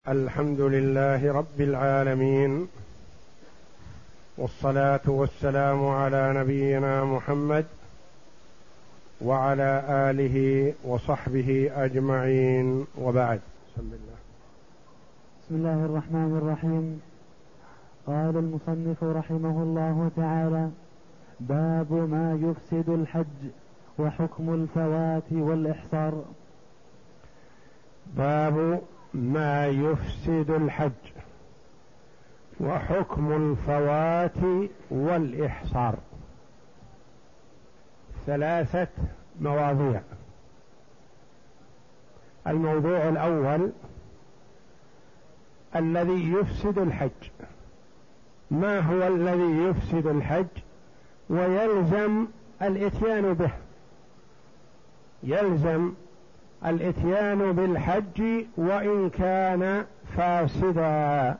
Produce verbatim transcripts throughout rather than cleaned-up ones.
الحمد لله رب العالمين، والصلاة والسلام على نبينا محمد وعلى آله وصحبه أجمعين، وبعد. بسم الله بسم الله الرحمن الرحيم. قال المصنف رحمه الله تعالى: باب ما يفسد الحج وحكم الفوات والإحصار. باب ما يفسد الحج وحكم الفوات والإحصار، ثلاثة مواضيع. الموضوع الأول الذي يفسد الحج، ما هو الذي يفسد الحج ويلزم الإتيان به؟ يلزم الإتيان بالحج وإن كان فاسدا.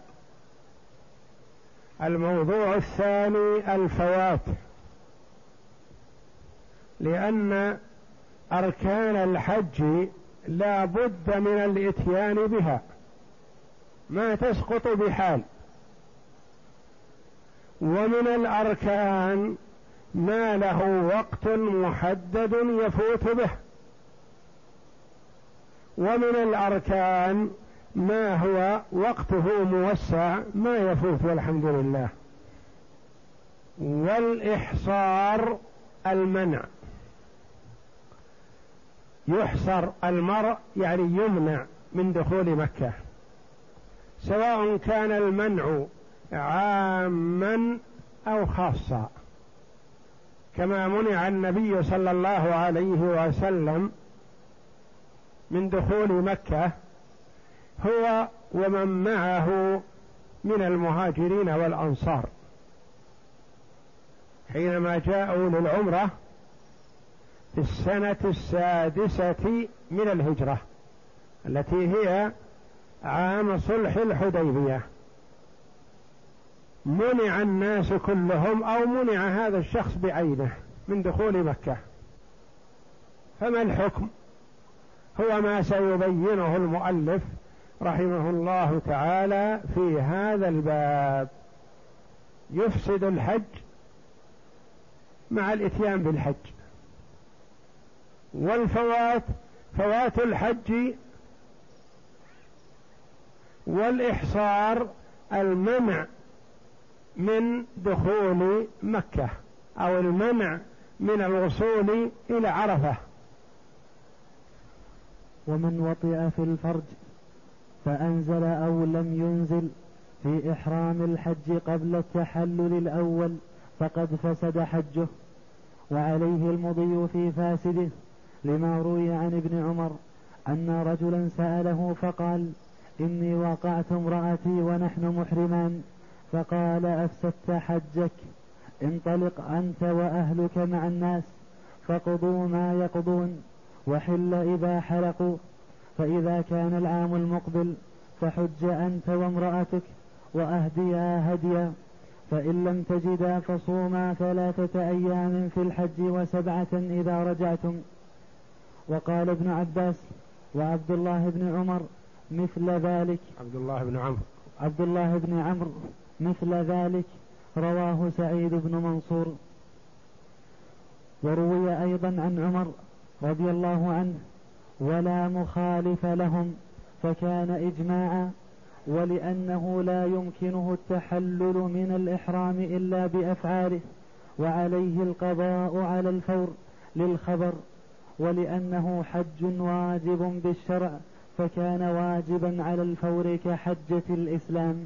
الموضوع الثاني الفوات، لأن أركان الحج لا بد من الإتيان بها، ما تسقط بحال. ومن الأركان ما له وقت محدد يفوت به، ومن الأركان ما هو وقته موسع ما يفوت والحمد لله. والإحصار المنع، يحصر المرء يعني يمنع من دخول مكة، سواء كان المنع عاما أو خاصا، كما منع النبي صلى الله عليه وسلم من دخول مكة هو ومن معه من المهاجرين والأنصار حينما جاءوا للعمرة في السنة السادسة من الهجرة التي هي عام صلح الحديبية. منع الناس كلهم أو منع هذا الشخص بعينه من دخول مكة. فما الحكم؟ هو ما سيبينه المؤلف رحمه الله تعالى في هذا الباب. يفسد الحج مع الإتيان بالحج، والفوات فوات الحج، والإحصار المنع من دخول مكة أو المنع من الوصول إلى عرفة. ومن وطئ في الفرج فأنزل أو لم ينزل في إحرام الحج قبل التحلل الأول فقد فسد حجه، وعليه المضي في فاسده، لما روي عن ابن عمر أن رجلا سأله فقال: إني وقعت امرأتي ونحن محرمان، فقال: أفسدت حجك، انطلق أنت وأهلك مع الناس فقضوا ما يقضون، وحل إذا حلقوا، فإذا كان العام المقبل فحج أنت وامرأتك وأهديا هديا، فإن لم تجدا فصوما ثلاثة أيام في الحج وسبعة إذا رجعتم. وقال ابن عباس وعبد الله بن عمر مثل ذلك. عبد الله بن عمرو عبد الله بن عمرو مثل ذلك، رواه سعيد بن منصور. وروي أيضا عن عمر رضي الله عنه: ولا مخالف لهم، فكان إجماعا، ولأنه لا يمكنه التحلل من الإحرام إلا بأفعاله، وعليه القضاء على الفور للخبر، ولأنه حج واجب بالشرع فكان واجبا على الفور كحجة الإسلام.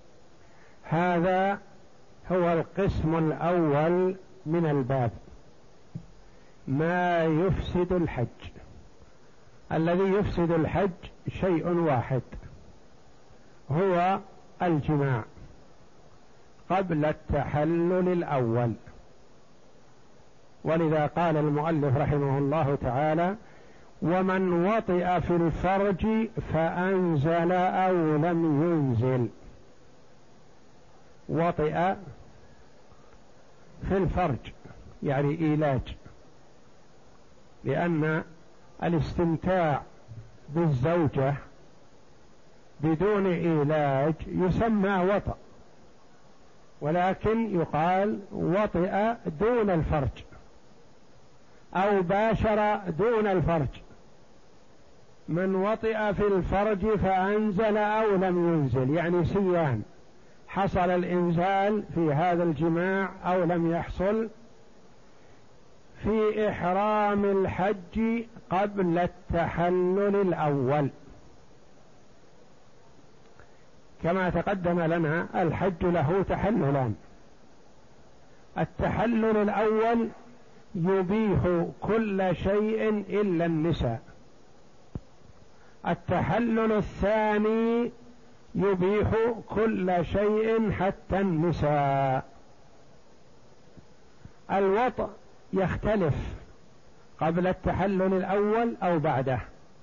هذا هو القسم الأول من الباب، ما يفسد الحج. الذي يفسد الحج شيء واحد، هو الجماع قبل التحلل الأول. ولذا قال المؤلف رحمه الله تعالى: ومن وطئ في الفرج فأنزل أو لم ينزل. وطئ في الفرج يعني إيلاج، لأن الاستمتاع بالزوجة بدون إيلاج يسمى وطأ، ولكن يقال وطئ دون الفرج أو باشر دون الفرج. من وطئ في الفرج فأنزل أو لم ينزل، يعني سيان، حصل الإنزال في هذا الجماع أو لم يحصل، في إحرام الحج قبل التحلل الأول. كما تقدم لنا الحج له تحللان: التحلل الأول يبيح كل شيء إلا النساء، التحلل الثاني يبيح كل شيء حتى النساء. الوطء يختلف قبل التحلل الأول أو بعده.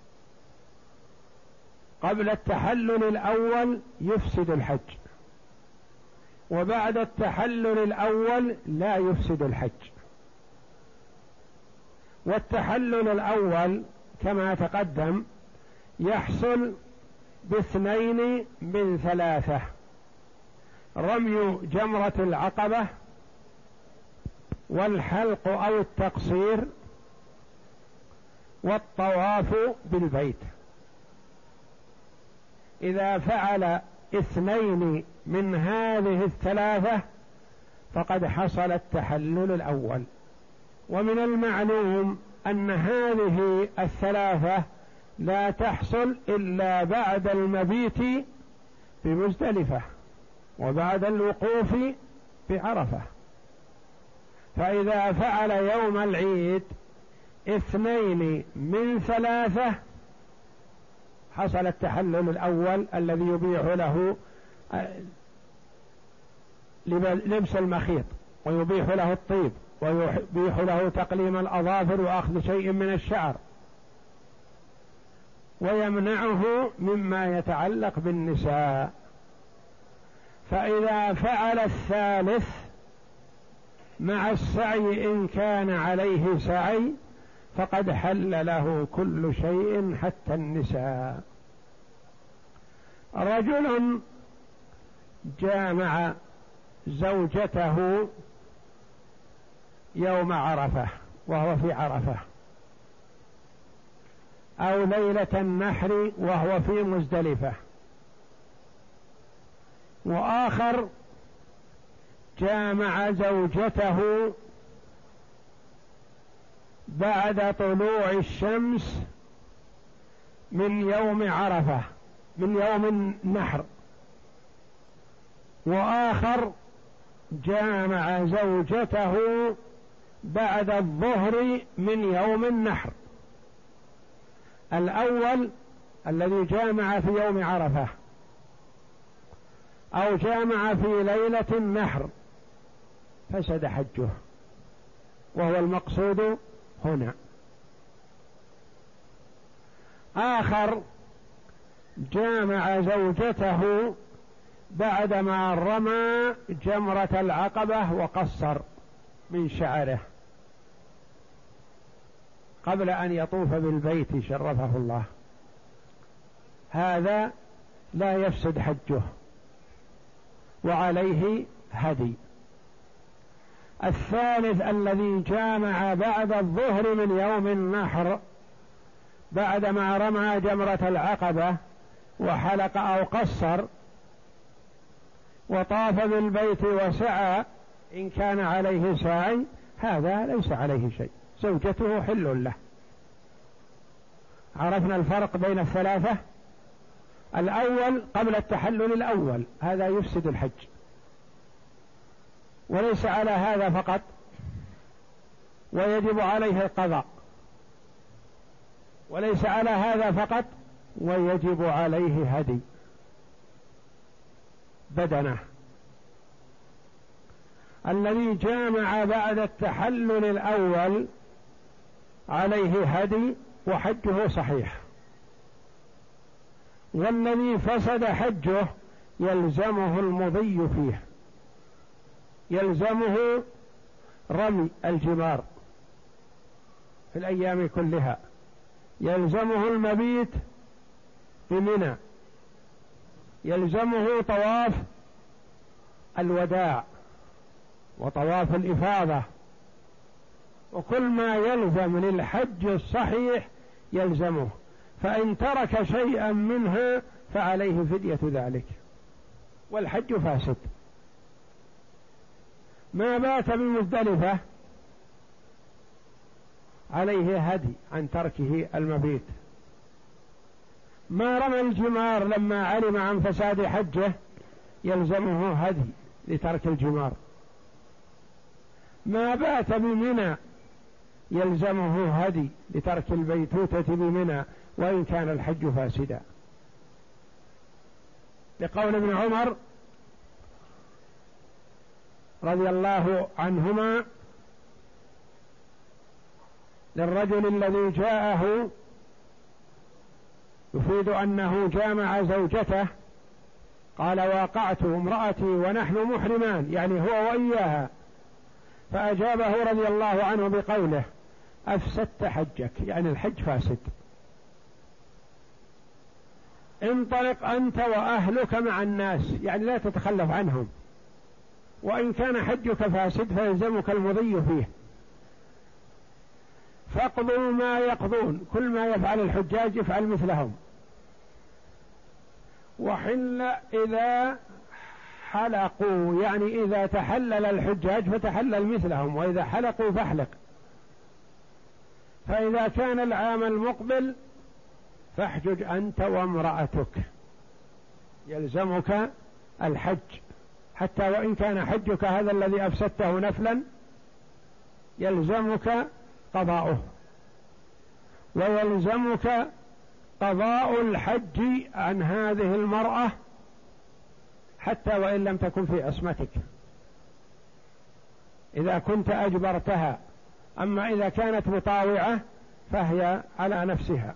قبل التحلل الأول يفسد الحج، وبعد التحلل الأول لا يفسد الحج. والتحلل الأول كما تقدم يحصل باثنين من ثلاثة: رمي جمرة العقبة، والحلق أو التقصير، والطواف بالبيت. إذا فعل اثنين من هذه الثلاثة فقد حصل التحلل الأول. ومن المعلوم أن هذه الثلاثة لا تحصل إلا بعد المبيت بمزدلفة وبعد الوقوف بعرفة. فإذا فعل يوم العيد اثنين من ثلاثة حصل التحلل الأول الذي يبيح له لبس المخيط، ويبيح له الطيب، ويبيح له تقليم الأظافر وأخذ شيء من الشعر، ويمنعه مما يتعلق بالنساء. فإذا فعل الثالث مع السعي إن كان عليه سعي فقد حل له كل شيء حتى النساء. رجل جامع زوجته يوم عرفة وهو في عرفة، أو ليلة النحر وهو في مزدلفة، وآخر جامع زوجته بعد طلوع الشمس من يوم عرفة من يوم النحر، وآخر جامع زوجته بعد الظهر من يوم النحر. الأول الذي جامع في يوم عرفة أو جامع في ليلة النحر فسد حجه، وهو المقصود هنا. آخر جامع زوجته بعدما رمى جمرة العقبة وقصر من شعره قبل أن يطوف بالبيت شرفه الله، هذا لا يفسد حجه وعليه هدي. الثالث الذي جامع بعد الظهر من يوم النحر بعدما رمى جمرة العقبة وحلق أو قصر وطاف بالبيت وسعى إن كان عليه ساعي، هذا ليس عليه شيء، زوجته حل له. عرفنا الفرق بين الثلاثة. الأول قبل التحلل الأول هذا يفسد الحج، وليس على هذا فقط، ويجب عليه القضاء، وليس على هذا فقط ويجب عليه هدي بدنه. الذي جامع بعد التحلل الأول عليه هدي وحجه صحيح، والذي فسد حجه يلزمه المضي فيه، يلزمه رمي الجمار في الأيام كلها، يلزمه المبيت بمنى، يلزمه طواف الوداع وطواف الإفاضة، وكل ما يلزم للحج الصحيح يلزمه، فإن ترك شيئا منها فعليه فدية ذلك والحج فاسد. ما بات بمزدلفة عليه هدي عن تركه المبيت. ما رمى الجمار لما علم عن فساد حجه يلزمه هدي لترك الجمار. ما بات بمنى يلزمه هدي لترك البيتوتة بمنى وإن كان الحج فاسدا، لقول ابن عمر رضي الله عنهما للرجل الذي جاءه يفيد أنه جامع زوجته، قال: واقعت امرأتي ونحن محرمان، يعني هو وإياها، فأجابه رضي الله عنه بقوله: أفسدت حجك، يعني الحج فاسد، انطلق أنت وأهلك مع الناس، يعني لا تتخلف عنهم، وإن كان حجك فاسد فيلزمك المضي فيه، فاقضوا ما يقضون، كل ما يفعل الحجاج يفعل مثلهم. وحل إذا حلقوا، يعني إذا تحلل الحجاج فتحلل مثلهم، وإذا حلقوا فاحلق. فإذا كان العام المقبل فاحجج أنت وامرأتك، يلزمك الحج، حتى وإن كان حجك هذا الذي أفسدته نفلا يلزمك قضاؤه، ويلزمك قضاء الحج عن هذه المرأة حتى وإن لم تكن في عصمتك إذا كنت أجبرتها. أما إذا كانت مطاوعة فهي على نفسها،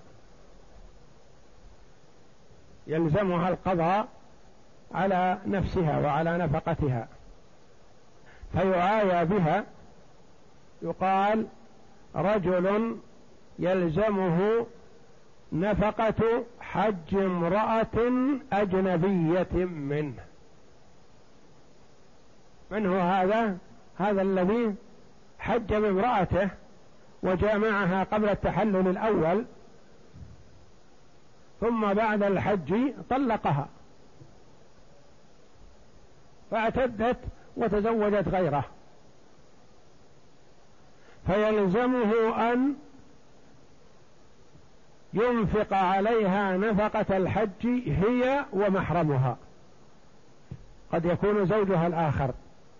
يلزمها القضاء على نفسها وعلى نفقتها، فيعايى بها، يقال: رجل يلزمه نفقة حج امرأة أجنبية منه. من هو هذا؟ هذا الذي حج بامرأته وجامعها قبل التحلل الأول، ثم بعد الحج طلقها فاعتدت وتزوجت غيره، فيلزمه أن ينفق عليها نفقة الحج هي ومحرمها، قد يكون زوجها الآخر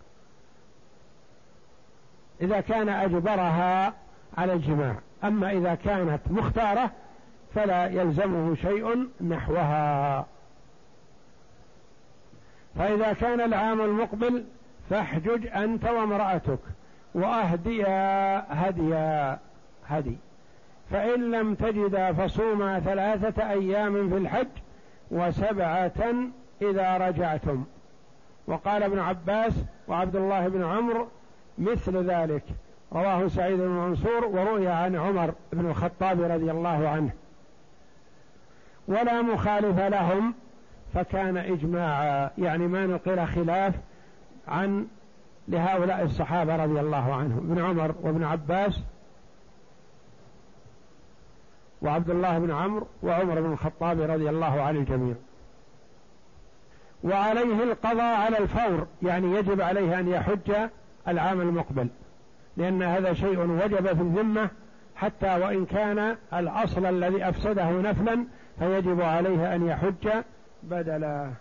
إذا كان أجبرها على الجماع. أما إذا كانت مختارة فلا يلزمه شيء نحوها. فإذا كان العام المقبل فاحجج أنت وامرأتك وأهديا هديا هدي، فإن لم تجدا فصوما ثلاثة أيام في الحج وسبعة إذا رجعتم. وقال ابن عباس وعبد الله بن عمرو مثل ذلك، رواه سعيد بن منصور وروي عن عمر بن الخطاب رضي الله عنه، ولا مخالف لهم، فكان إجماعا، يعني ما نقل خلاف عن لهؤلاء الصحابة رضي الله عنهم، ابن عمر وابن عباس وعبد الله بن عمرو وعمر بن الخطاب رضي الله عن الجميع. وعليه القضاء على الفور، يعني يجب عليه أن يحج العام المقبل، لأن هذا شيء وجب في الذمة، حتى وإن كان الأصل الذي أفسده نفلا فيجب عليه أن يحج بدلا،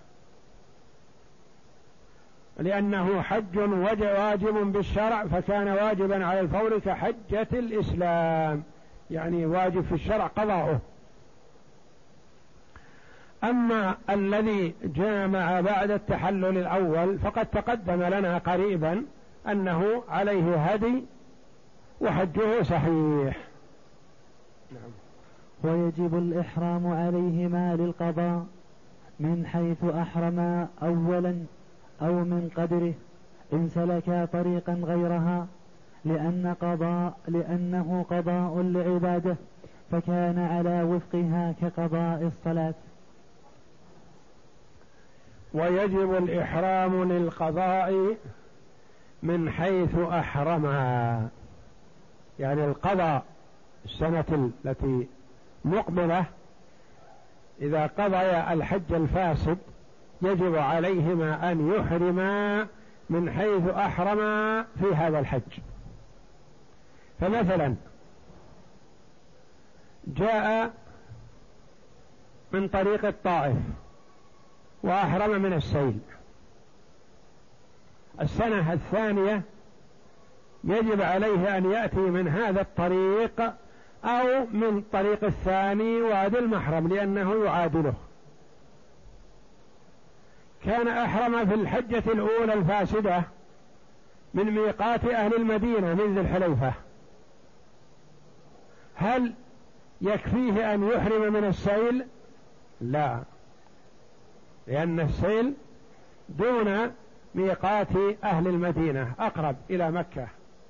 لأنه حج واجب بالشرع، فكان واجبا على الفور كحجة الإسلام، يعني واجب في الشرع قضاؤه. أما الذي جامع بعد التحلل الأول فقد تقدم لنا قريبا أنه عليه هدي وحجه صحيح. نعم. ويجب الإحرام عليهما للقضاء من حيث أحرما أولا أو من قدره إن سلكا طريقا غيرها، لأن قضاء لأنه قضاء لعباده، فكان على وفقها كقضاء الصلاة. ويجب الإحرام للقضاء من حيث أحرما، يعني القضاء السنة التي مقبلة إذا قضيا الحج الفاسد يجب عليهما أن يحرما من حيث أحرما في هذا الحج. فمثلا جاء من طريق الطائف وأحرم من السيل، السنة الثانية يجب عليه أن يأتي من هذا الطريق أو من طريق الثاني وادي المحرم لأنه يعادله. كان أحرم في الحجة الأولى الفاسدة من ميقات أهل المدينة من ذي الحليفة، هل يكفيه أن يحرم من السيل؟ لا، لأن السيل دون ميقات أهل المدينة أقرب إلى مكة.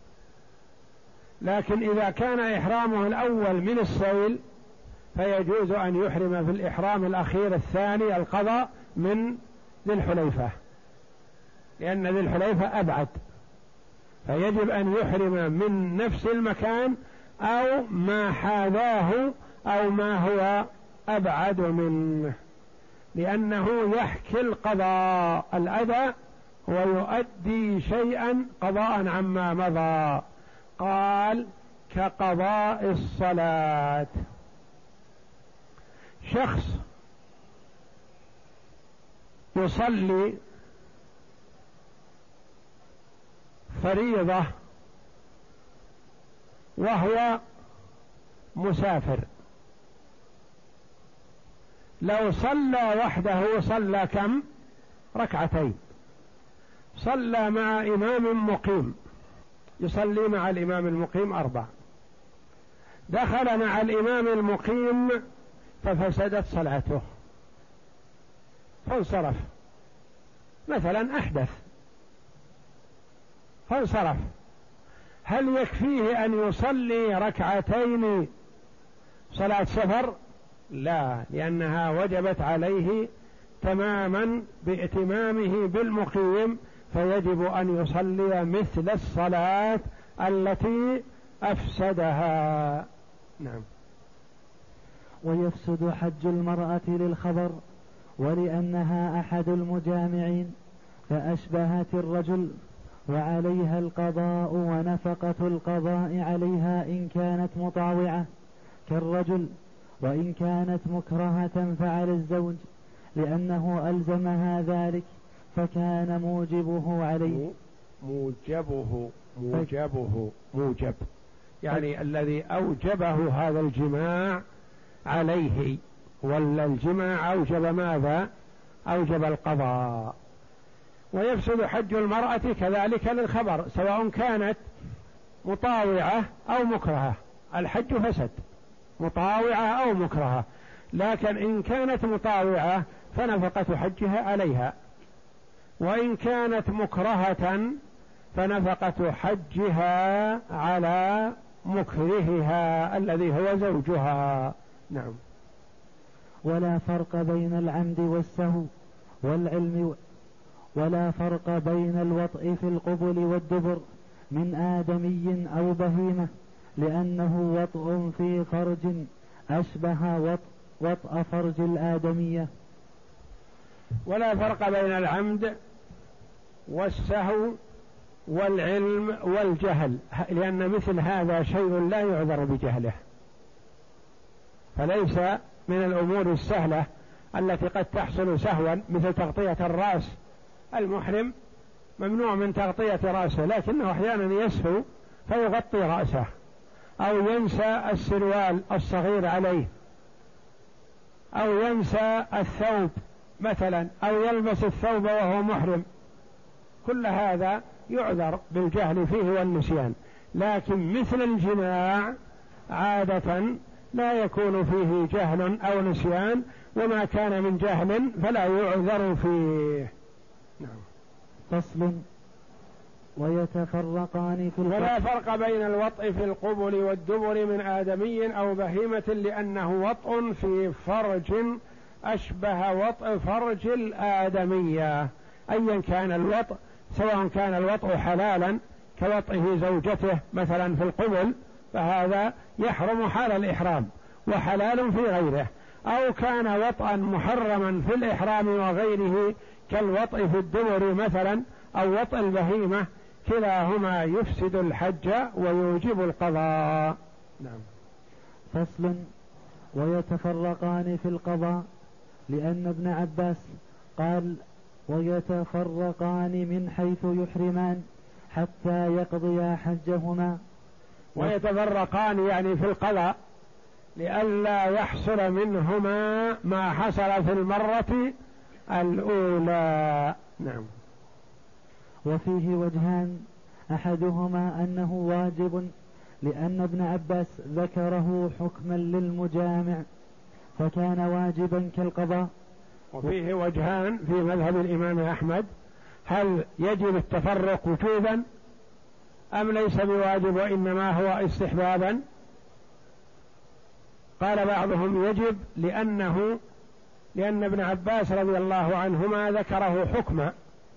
لكن إذا كان إحرامه الأول من السيل فيجوز أن يحرم في الإحرام الأخير الثاني القضاء من ذي الحليفة، لأن ذي الحليفة أبعد، فيجب أن يحرم من نفس المكان أو ما حاذاه أو ما هو أبعد منه، لأنه يحكي القضاء الأداء ويؤدي شيئا قضاء عما مضى. قال كقضاء الصلاة. شخص يصلي فريضة وهو مسافر، لو صلى وحده صلى كم؟ ركعتين. صلى مع إمام مقيم، يصلي مع الإمام المقيم أربع، دخل مع الإمام المقيم ففسدت صلاته فانصرف، مثلا أحدث فانصرف، هل يكفيه أن يصلي ركعتين صلاة سفر؟ لا، لأنها وجبت عليه تماما بائتمامه بالمقيم، فيجب أن يصلي مثل الصلاة التي أفسدها. نعم. ويفسد حج المرأة للخبر ولأنها أحد المجامعين فأشبهت الرجل، وعليها القضاء ونفقة القضاء عليها إن كانت مطاوعة كالرجل، وإن كانت مكرهة فعلى الزوج لأنه ألزمها ذلك فكان موجبه عليه. موجبه موجبه موجب يعني الذي أوجبه هذا الجماع عليه، ولا الجماع أوجب ماذا؟ أوجب القضاء. ويفسد حج المرأة كذلك للخبر، سواء كانت مطاوعة أو مكرهة، الحج فسد مطاوعة أو مكرهة، لكن إن كانت مطاوعة فنفقة حجها عليها، وإن كانت مكرهة فنفقة حجها على مكرهها الذي هو زوجها. نعم. ولا فرق بين العمد والسهو والعلم، ولا فرق بين الوطء في القبل والدبر من آدمي أو بهيمة، لأنه وطء في فرج أشبه وطء وطء فرج الآدمية. ولا فرق بين العمد والسهو والعلم والجهل، لأن مثل هذا شيء لا يعذر بجهله، فليس من الأمور السهلة التي قد تحصل سهوا، مثل تغطية الرأس. المحرم ممنوع من تغطية رأسه، لكنه أحيانا يسهو فيغطي رأسه، أو ينسى السروال الصغير عليه، أو ينسى الثوب مثلا، أو يلبس الثوب وهو محرم، كل هذا يعذر بالجهل فيه والنسيان. لكن مثل الجماع عادة لا يكون فيه جهل أو نسيان، وما كان من جهل فلا يعذر فيه. نعم. فصل. ويتفرقان في الفرق. ولا فرق بين الوطء في القبل والدبر من آدمي أو بهيمة، لأنه وطء في فرج أشبه وطء فرج الآدمية، أيا كان الوطء، سواء كان الوطء حلالا كوطئه زوجته مثلا في القبل فهذا يحرم حال الإحرام وحلال في غيره، أو كان وطئا محرما في الإحرام وغيره كالوطء في الدبر مثلا أو وطء البهيمة، كلاهما يفسد الحج ويوجب القضاء. نعم. فصل: ويتفرقان في القضاء، لأن ابن عباس قال: ويتفرقان من حيث يحرمان حتى يقضيا حجهما. ويتفرقان يعني في القضاء لئلا يحصل منهما ما حصل في المرة الأولى. نعم. وفيه وجهان: أحدهما أنه واجب، لأن ابن عباس ذكره حكما للمجامع فكان واجبا كالقضاء. وفيه وجهان في مذهب الإمام أحمد: هل يجب التفرق وجوبا أم ليس بواجب وإنما هو استحبابا؟ قال بعضهم يجب لأنه لأن ابن عباس رضي الله عنهما ذكره حكما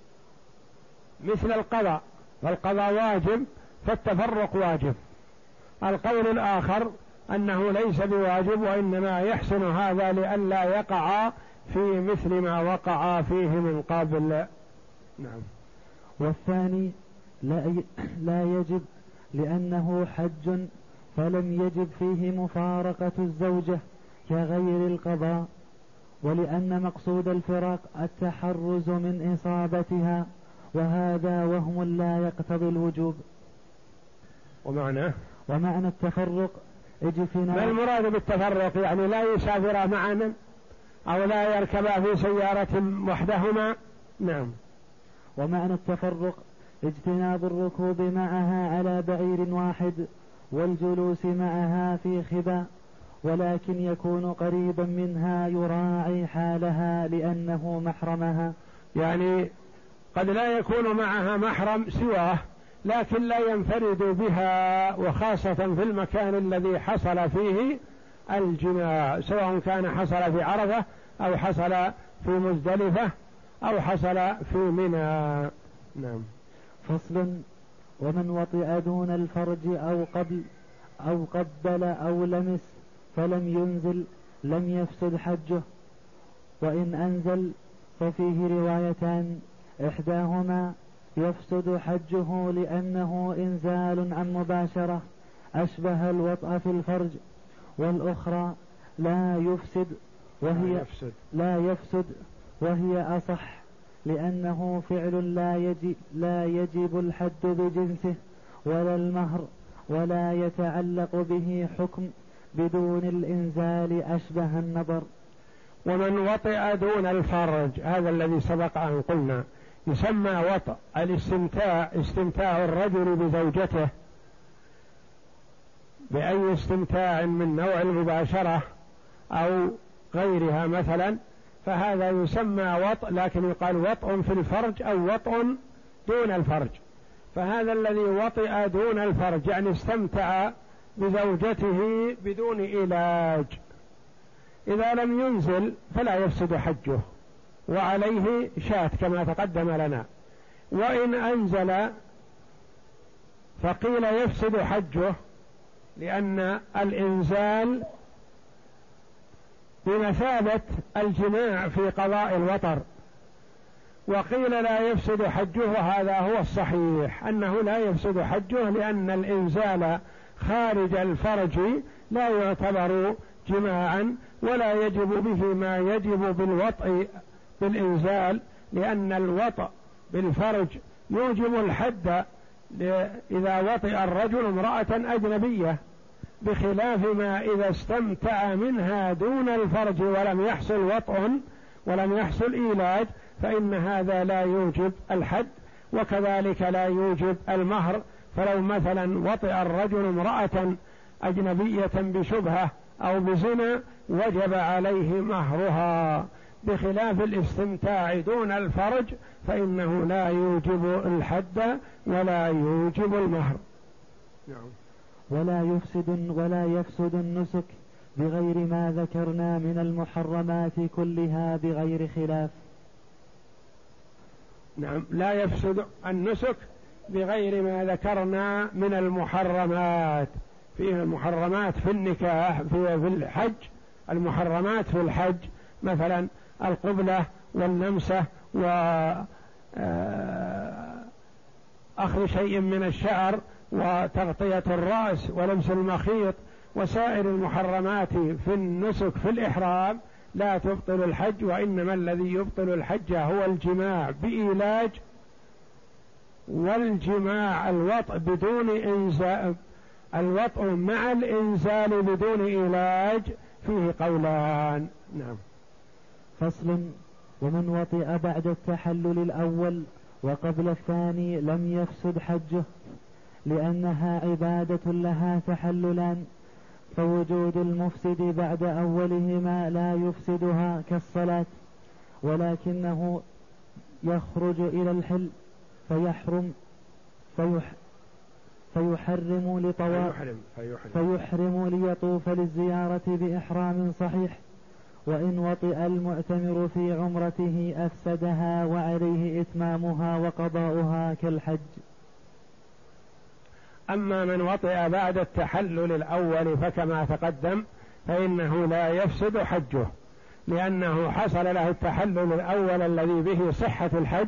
مثل القضاء، فالقضاء واجب فالتفرق واجب. القول الآخر أنه ليس بواجب وإنما يحسن هذا لئلا يقع في مثل ما وقع فيه من قبل. نعم. والثاني لا لا يجب لأنه حج فلم يجب فيه مفارقة الزوجة كغير القضاء، ولأن مقصود الفراق التحرز من إصابتها، وهذا وهم لا يقتضي الوجوب. ومعنى ومعنى التفرق اجتناب. ما المراد بالتفرق؟ يعني لا يسافر معا أو لا يركبا في سيارة وحدهما. نعم. ومعنى التفرق اجتناب الركوب معها على بعير واحد والجلوس معها في خبا، ولكن يكون قريبا منها يراعي حالها لأنه محرمها. يعني قد لا يكون معها محرم سواه لكن لا ينفرد بها، وخاصة في المكان الذي حصل فيه الجماع، سواء كان حصل في عرفة أو حصل في مزدلفة أو حصل في منى. نعم. فصل: ومن وطئ دون الفرج أو قبل أو قبل أو لمس فلم ينزل لم يفسد حجه، وإن أنزل ففيه روايتان: إحداهما يفسد حجه لأنه إنزال عن مباشرة أشبه الوطأ في الفرج، والأخرى لا يفسد وهي لا يفسد, لا يفسد وهي أصح، لأنه فعل لا يجب, لا يجب الحد بجنسه ولا المهر ولا يتعلق به حكم بدون الإنزال أشبه النظر. ومن وطئ دون الفرج، هذا الذي سبق أن قلنا يسمى وطئ الاستمتاع، استمتاع الرجل بزوجته بأي استمتاع من نوع المباشرة أو غيرها مثلا، فهذا يسمى وطئ، لكن يقال وطئ في الفرج أو وطئ دون الفرج. فهذا الذي وطئ دون الفرج يعني استمتع بزوجته بدون علاج، إذا لم ينزل فلا يفسد حجه وعليه شاة كما تقدم لنا. وإن أنزل فقيل يفسد حجه لأن الإنزال بمثابة الجماع في قضاء الوطر، وقيل لا يفسد حجه، وهذا هو الصحيح أنه لا يفسد حجه لأن الإنزال خارج الفرج لا يعتبر جماعا ولا يجب به ما يجب بالوطء بالإنزال، لأن الوطء بالفرج يوجب الحد إذا وطئ الرجل امرأة أجنبية، بخلاف ما إذا استمتع منها دون الفرج ولم يحصل وطء ولم يحصل إيلاج فإن هذا لا يوجب الحد، وكذلك لا يوجب المهر. فلو مثلا وطئ الرجل امرأة أجنبية بشبهة أو بزنا وجب عليه مهرها، بخلاف الاستمتاع دون الفرج فإنه لا يوجب الحد ولا يوجب المهر. ولا يفسد ولا يفسد النسك بغير ما ذكرنا من المحرمات كلها بغير خلاف. نعم، لا يفسد النسك بغير ما ذكرنا من المحرمات. فيه المحرمات في النكاح، في الحج المحرمات في الحج مثلا القبلة واللمسة وأخذ شيء من الشعر وتغطية الرأس ولمس المخيط وسائر المحرمات في النسك في الإحرام لا تبطل الحج، وإنما الذي يبطل الحج هو الجماع بإيلاج، والجماع الوطء بدون إنزال، الوطء مع الإنزال بدون إيلاج فيه قولان. نعم. فصل: ومن وطئ بعد التحلل الأول وقبل الثاني لم يفسد حجه، لأنها عبادة لها تحللان، فوجود المفسد بعد أولهما لا يفسدها كالصلاة، ولكنه يخرج إلى الحل فيحرم فيح فيحرم لطواف فيحرم, فيحرم, فيحرم ليطوف للزيارة بإحرام صحيح. وإن وطئ المعتمر في عمرته أفسدها وعليه إتمامها وقضاؤها كالحج. أما من وطئ بعد التحلل الأول فكما تقدم فإنه لا يفسد حجه، لأنه حصل له التحلل الأول الذي به صحة الحج،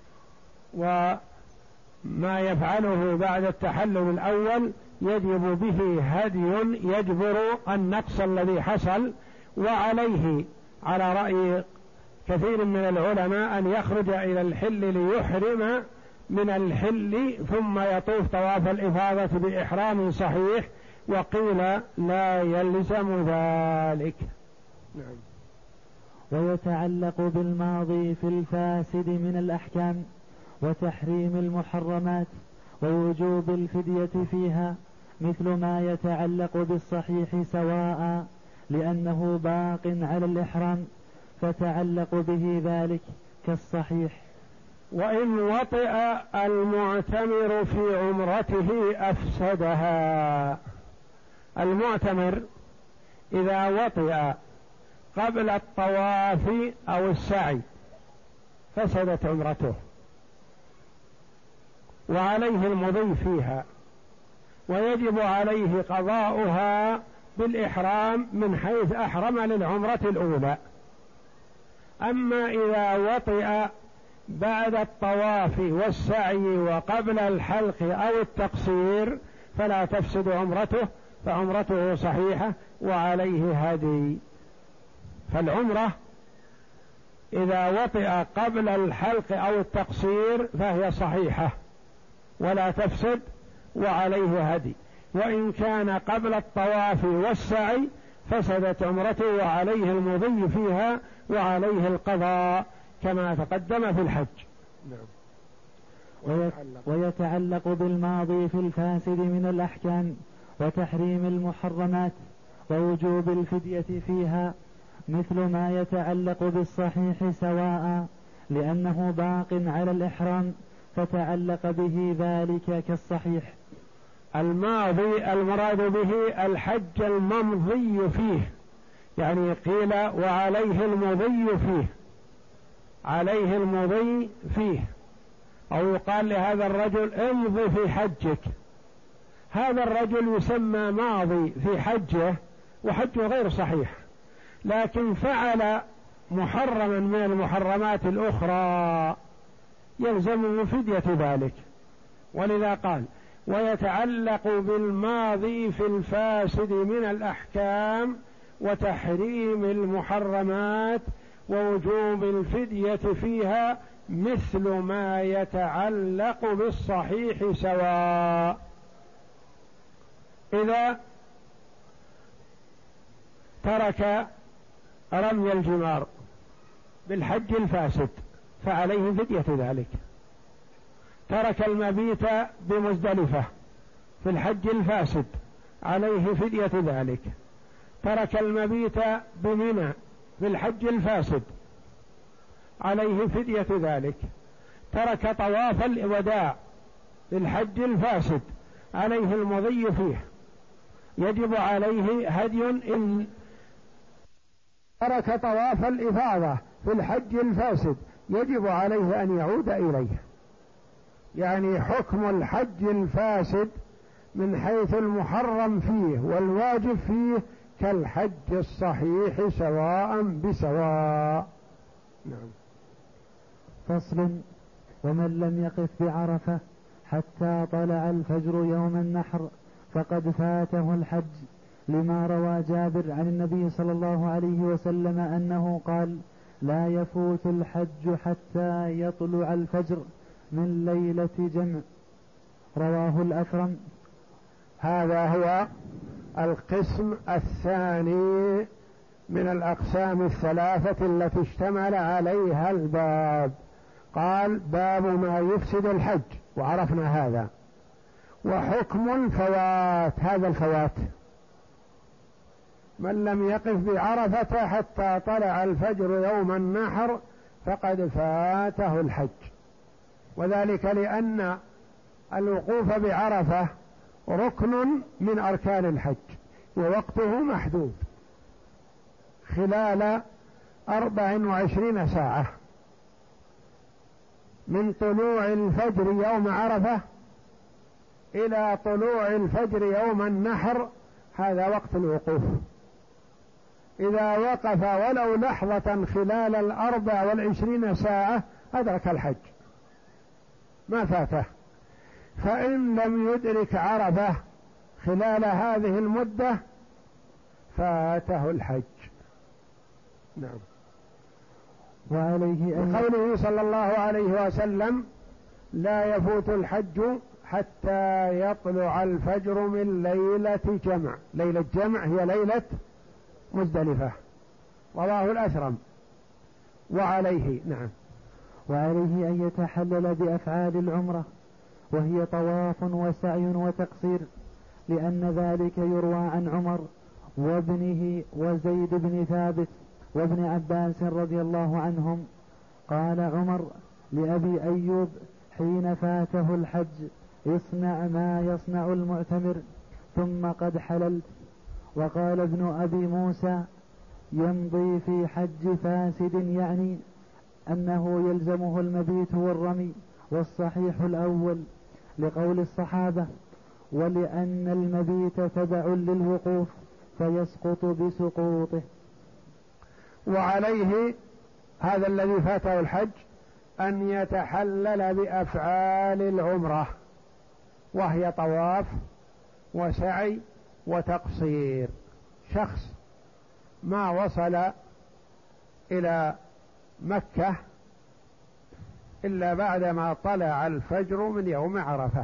وما يفعله بعد التحلل الأول يجب به هدي يجبر النقص الذي حصل، وعليه على رأي كثير من العلماء أن يخرج إلى الحل ليحرم من الحل ثم يطوف طواف الإفاضة بإحرام صحيح، وقيل لا يلزم ذلك. نعم. ويتعلق بالماضي في الفاسد من الأحكام وتحريم المحرمات ووجوب الفدية فيها مثل ما يتعلق بالصحيح سواء، لأنه باق على الإحرام فتعلق به ذلك كالصحيح. وإن وطئ المعتمر في عمرته أفسدها. المعتمر إذا وطئ قبل الطواف أو السعي فسدت عمرته وعليه المضي فيها، ويجب عليه قضاؤها بالإحرام من حيث أحرم للعمرة الأولى. أما إذا وطئ بعد الطواف والسعي وقبل الحلق أو التقصير فلا تفسد عمرته، فعمرته صحيحة وعليه هدي. فالعمرة إذا وطئ قبل الحلق أو التقصير فهي صحيحة ولا تفسد وعليه هدي، وإن كان قبل الطواف والسعي فسدت عمرته وعليه المضي فيها وعليه القضاء كما تقدم في الحج. نعم. ويتعلق بالماضي في الفاسد من الأحكام وتحريم المحرمات ووجوب الفدية فيها مثل ما يتعلق بالصحيح سواء، لأنه باق على الإحرام فتعلق به ذلك كالصحيح. الماضي المراد به الحج الممضي فيه، يعني قيل وعليه المضي فيه، عليه المضي فيه، أو يقال لهذا الرجل امضي في حجك. هذا الرجل يسمى ماضي في حجه وحجه غير صحيح، لكن فعل محرما من المحرمات الأخرى يلزم فدية ذلك. ولذا قال ويتعلق بالماضي في الفاسد من الأحكام وتحريم المحرمات ووجوب الفدية فيها مثل ما يتعلق بالصحيح سواء. إذا ترك رمي الجمار بالحج الفاسد فعليه فدية ذلك، ترك المبيت بمزدلفة في الحج الفاسد عليه فدية ذلك، ترك المبيت بمنى في الحج الفاسد عليه فدية ذلك، ترك طواف الوداع في الحج الفاسد عليه المضي فيه، يجب عليه هدي إن ترك طواف الإفاضة في الحج الفاسد يجب عليه أن يعود إليه. يعني حكم الحج الفاسد من حيث المحرم فيه والواجب فيه كالحج الصحيح سواء بسواء. نعم. فصل: ومن لم يقف بعرفة حتى طلع الفجر يوم النحر فقد فاته الحج، لما روى جابر عن النبي صلى الله عليه وسلم أنه قال: لا يفوت الحج حتى يطلع الفجر من ليلة جمع. رواه الأكرم. هذا هو القسم الثاني من الأقسام الثلاثة التي اشتمل عليها الباب. قال: باب ما يفسد الحج، وعرفنا هذا. وحكم الفوات، هذا الفوات من لم يقف بعرفة حتى طلع الفجر يوم النحر فقد فاته الحج، وذلك لأن الوقوف بعرفة ركن من أركان الحج ووقته محدود خلال أربع وعشرين ساعة من طلوع الفجر يوم عرفة إلى طلوع الفجر يوم النحر، هذا وقت الوقوف. إذا وقف ولو لحظة خلال الأربع والعشرين ساعة أدرك الحج ما فاته. فإن لم يدرك عرفة خلال هذه المدة فاته الحج. نعم. وعليه أن قوله صلى الله عليه وسلم: لا يفوت الحج حتى يطلع الفجر من ليلة جمع. ليلة جمع هي ليلة مزدلفة. رواه الأثرم. وعليه نعم وعليه أن يتحلل بأفعال العمرة، وهي طواف وسعي وتقصير، لأن ذلك يروى عن عمر وابنه وزيد بن ثابت وابن عباس رضي الله عنهم. قال عمر لأبي أيوب حين فاته الحج: اصنع ما يصنع المعتمر ثم قد حللت. وقال ابن أبي موسى: يمضي في حج فاسد، يعني أنه يلزمه المبيت والرمي، والصحيح الأول لقول الصحابة، ولأن المبيت تبع للوقوف فيسقط بسقوطه. وعليه هذا الذي فاته الحج أن يتحلل بأفعال العمرة، وهي طواف وسعي وتقصير. شخص ما وصل إلى مكة إلا بعدما طلع الفجر من يوم عرفة،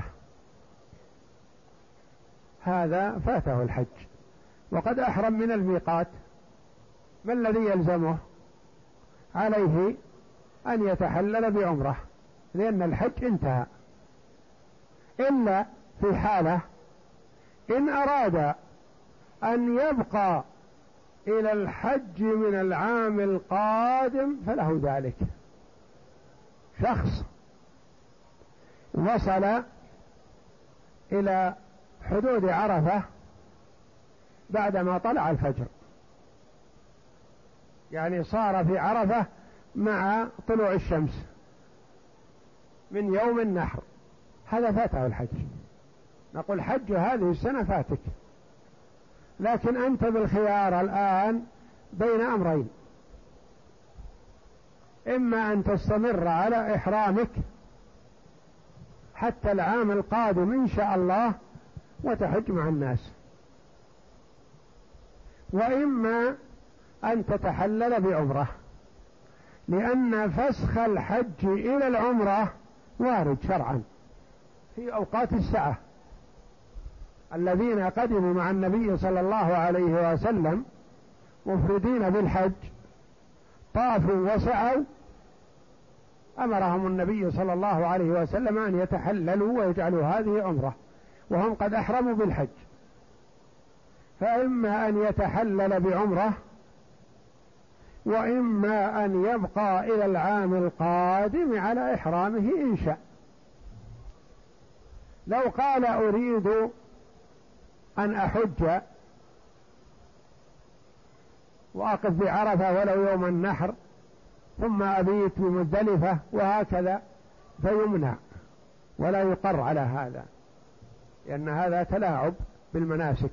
هذا فاته الحج وقد أحرم من الميقات. ما الذي يلزمه؟ عليه أن يتحلل بعمرة، لأن الحج انتهى، إلا في حالة إن أراد أن يبقى إلى الحج من العام القادم فله ذلك. شخص وصل إلى حدود عرفة بعدما طلع الفجر، يعني صار في عرفة مع طلوع الشمس من يوم النحر، هذا فاته الحج. نقول حج هذه السنة فاتك، لكن أنت بالخيار الآن بين أمرين: إما أن تستمر على إحرامك حتى العام القادم إن شاء الله وتحج مع الناس، وإما أن تتحلل بعمرة، لأن فسخ الحج إلى العمرة وارد شرعا في أوقات السعة. الذين قدموا مع النبي صلى الله عليه وسلم مفردين بالحج طافوا وسعوا، أمرهم النبي صلى الله عليه وسلم أن يتحللوا ويجعلوا هذه عمرة وهم قد أحرموا بالحج، فإما أن يتحلل بعمرة وإما أن يبقى إلى العام القادم على إحرامه إن شاء. لو قال أريد أن أحج وأقف بعرفة ولو يوم النحر ثم أبيت بمزدلفة وهكذا، فيمنع ولا يقر على هذا، لأن هذا تلاعب بالمناسك،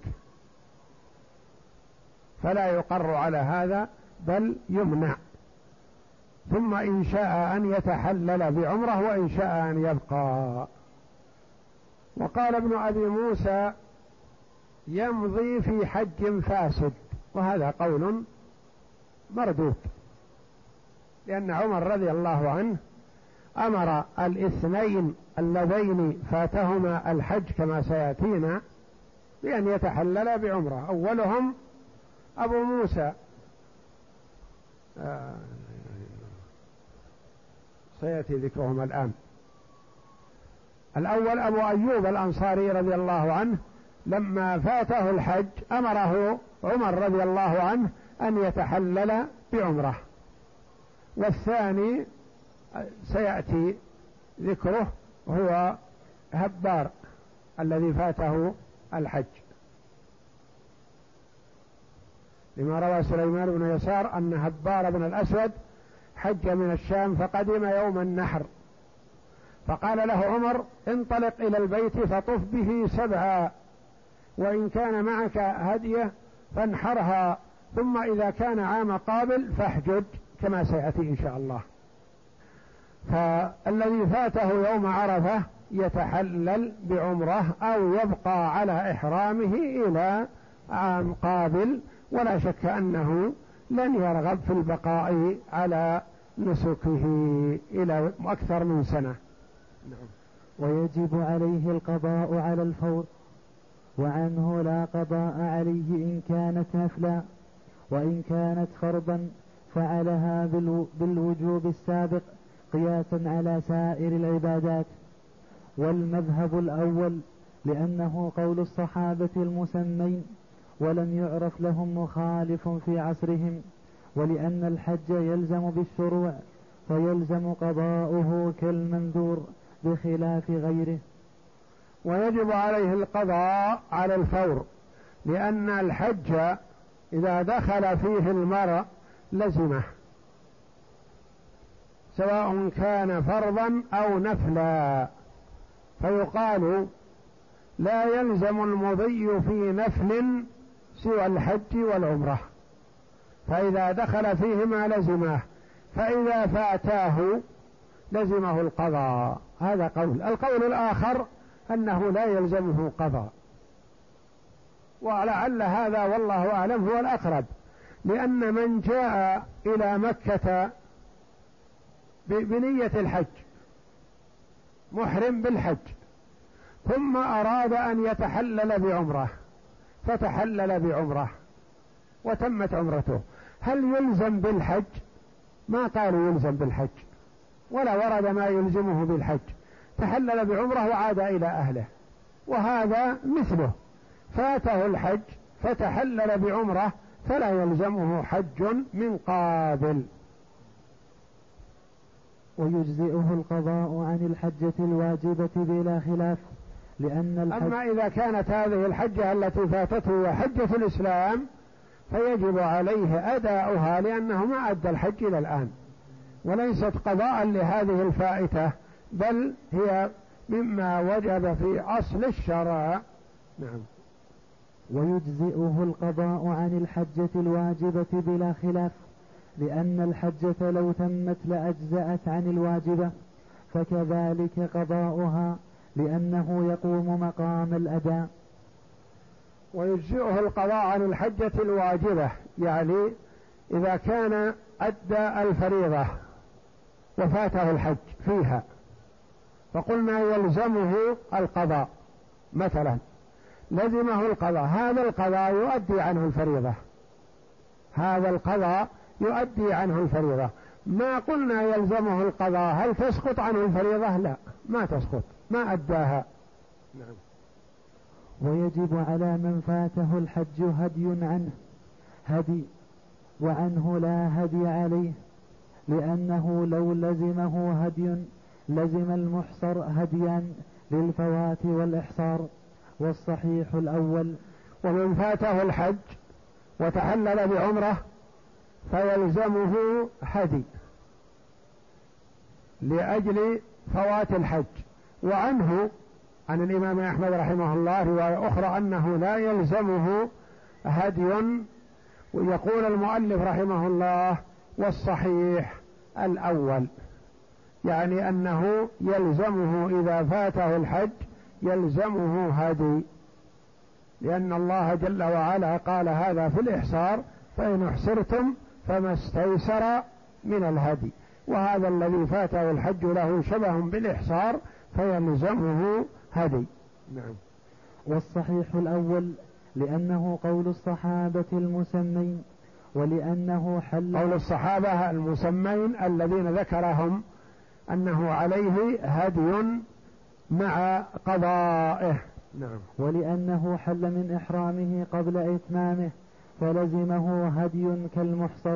فلا يقر على هذا بل يمنع. ثم إن شاء أن يتحلل بعمره وإن شاء أن يبقى. وقال ابن أبي موسى يمضي في حج فاسد، وهذا قول مردود، لأن عمر رضي الله عنه أمر الاثنين اللذين فاتهما الحج كما سيأتينا بأن يتحلل بعمره. أولهم أبو موسى آه سيأتي ذكرهم الآن. الأول أبو أيوب الأنصاري رضي الله عنه لما فاته الحج أمره عمر رضي الله عنه أن يتحلل بعمره. والثاني سيأتي ذكره هو هبار الذي فاته الحج، لما روى سليمان بن يسار أن هبار بن الأسود حج من الشام فقدم يوم النحر، فقال له عمر انطلق إلى البيت فطف به سبعا، وإن كان معك هدية فانحرها، ثم إذا كان عام قابل فاحجج كما سيأتي إن شاء الله. فالذي فاته يوم عرفة يتحلل بعمره أو يبقى على إحرامه إلى عام قابل، ولا شك أنه لن يرغب في البقاء على نسكه إلى أكثر من سنة. نعم. ويجب عليه القضاء على الفور، وعنه لا قضاء عليه إن كانت نفلا، وإن كانت فرضا فعلها بالوجوب السابق قياسا على سائر العبادات. والمذهب الأول لأنه قول الصحابة المسمين ولم يعرف لهم مخالف في عصرهم، ولأن الحج يلزم بالشروع فيلزم قضاؤه كالمنذور بخلاف غيره. ويجب عليه القضاء على الفور، لأن الحج إذا دخل فيه المرء لزمه، سواء كان فرضا أو نفلا، فيقال لا يلزم المضي في نفل سوى الحج والعمرة، فإذا دخل فيهما لزمه، فإذا فاتاه لزمه القضاء. هذا قول. القول الآخر أنه لا يلزمه قضاء، ولعل هذا والله أعلم هو الأقرب، لأن من جاء إلى مكة بنية الحج محرم بالحج ثم أراد أن يتحلل بعمره فتحلل بعمره وتمت عمرته، هل يلزم بالحج؟ ما قالوا يلزم بالحج، ولا ورد ما يلزمه بالحج، تحلل بعمره وعاد إلى أهله. وهذا مثله فاته الحج فتحلل بعمره فلا يلزمه حج من قابل. ويجزئه القضاء عن الحجة الواجبة بلا خلاف، لأن الحج أما إذا كانت هذه الحجة التي فاتته حجة الإسلام فيجب عليه أداؤها، لأنه ما أدى الحج إلى الآن، وليست قضاء لهذه الفائتة، بل هي مما وجب في أصل الشرع. نعم. ويجزئه القضاء عن الحجة الواجبة بلا خلاف، لأن الحجة لو تمت لأجزأت عن الواجبة، فكذلك قضاؤها لأنه يقوم مقام الأداء. ويجزئه القضاء عن الحجة الواجبة، يعني إذا كان أدى الفريضة وفاته الحج فيها فقلنا يلزمه القضاء، مثلا لزمه القضاء، هذا القضاء يؤدي عنه الفريضة، هذا القضاء يؤدي عنه الفريضة، ما قلنا يلزمه القضاء هل تسقط عنه الفريضة؟ لا، ما تسقط، ما أداها. نعم. ويجب على من فاته الحج هدي عنه هدي، وعنه لا هدي عليه، لأنه لو لزمه هدي لزم المحصر هديا للفوات والإحصار. والصحيح الأول ومن فاته الحج وتحلل بعمرة فيلزمه هدي لأجل فوات الحج. وعنه عن الإمام أحمد رحمه الله رواية أخرى أنه لا يلزمه هدي. ويقول المؤلف رحمه الله والصحيح الأول، يعني أنه يلزمه إذا فاته الحج يلزمه هدي، لأن الله جل وعلا قال هذا في الإحصار فإن احصرتم فما استيسر من الهدي، وهذا الذي فاته الحج له شبه بالإحصار فيلزمه هدي. نعم. والصحيح الأول لأنه قول الصحابة المسمين، ولأنه حل قول الصحابة المسمين الذين ذكرهم أنه عليه هدي مع قضائه. نعم. ولأنه حل من إحرامه قبل إتمامه فلزمه هدي كالمحصر،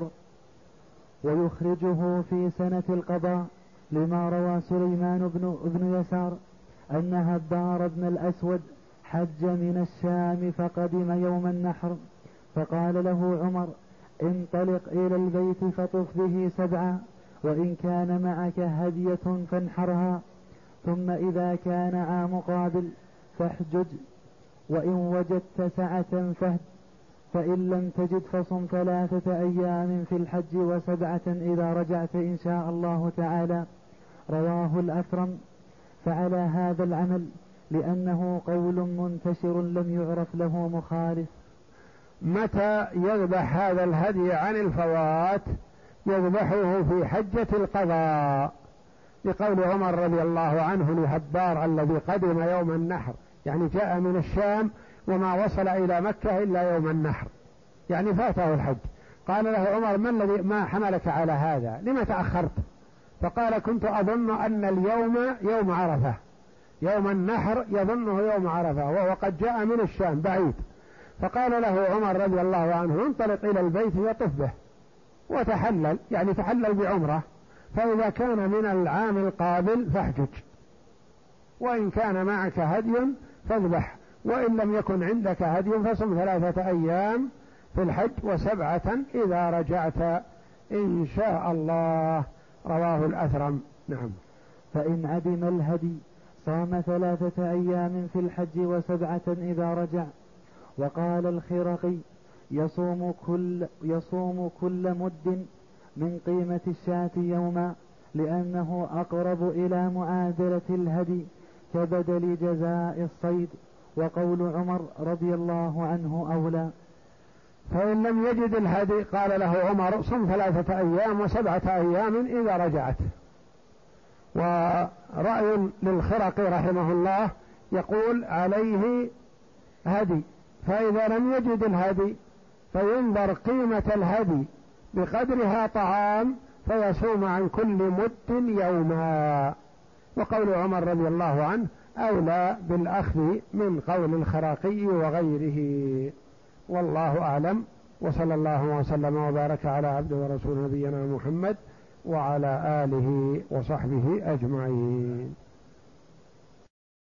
ويخرجه في سنة القضاء، لما روى سليمان بن, بن يسار أن هبار بن الأسود حج من الشام فقدم يوم النحر، فقال له عمر انطلق إلى البيت فطف به سبعا، وإن كان معك هدية فانحرها، ثم إذا كان عام قابل فاحجج، وإن وجدت سعة فهد، فإن لم تجد فصم ثلاثة أيام في الحج وسبعة إذا رجعت إن شاء الله تعالى. رواه الأثرم. فعلى هذا العمل لأنه قول منتشر لم يعرف له مخالف. متى يذبح هذا الهدي عن الفوات؟ يذبحه في حجة القضاء، لقول عمر رضي الله عنه لهبار الذي قدم يوم النحر، يعني جاء من الشام وما وصل إلى مكة إلا يوم النحر، يعني فاته الحج. قال له عمر ما الذي ما حملك على هذا؟ لما تأخرت؟ فقال كنت أظن أن اليوم يوم عرفة، يوم النحر يظنه يوم عرفة وهو قد جاء من الشام بعيد. فقال له عمر رضي الله عنه انطلق إلى البيت وطف به وتحلل، يعني تحلل بعمرة، فإذا كان من العام القابل فاحجج، وإن كان معك هدي فاذبح، وإن لم يكن عندك هدي فصم ثلاثة أيام في الحج وسبعة إذا رجعت إن شاء الله. رواه الأثرم. نعم. فإن عدم الهدي صام ثلاثة أيام في الحج وسبعة إذا رجع. وقال الخرقي يصوم كل, يصوم كل مد من قيمة الشاة يوما، لأنه أقرب إلى معادلة الهدي كبدل جزاء الصيد، وقول عمر رضي الله عنه أولى. فإن لم يجد الهدي قال له عمر صم ثلاثة أيام وسبعة أيام إذا رجعت. ورأي للخرقي رحمه الله يقول عليه هدي، فإذا لم يجد الهدي فينظر قيمة الهدي بقدرها طعام فيصوم عن كل مد يوما. وقول عمر رضي الله عنه أولى بالأخذ من قول الخراقي وغيره، والله أعلم. وصلى الله وسلم وبارك على عبده ورسول نبينا محمد وعلى آله وصحبه أجمعين.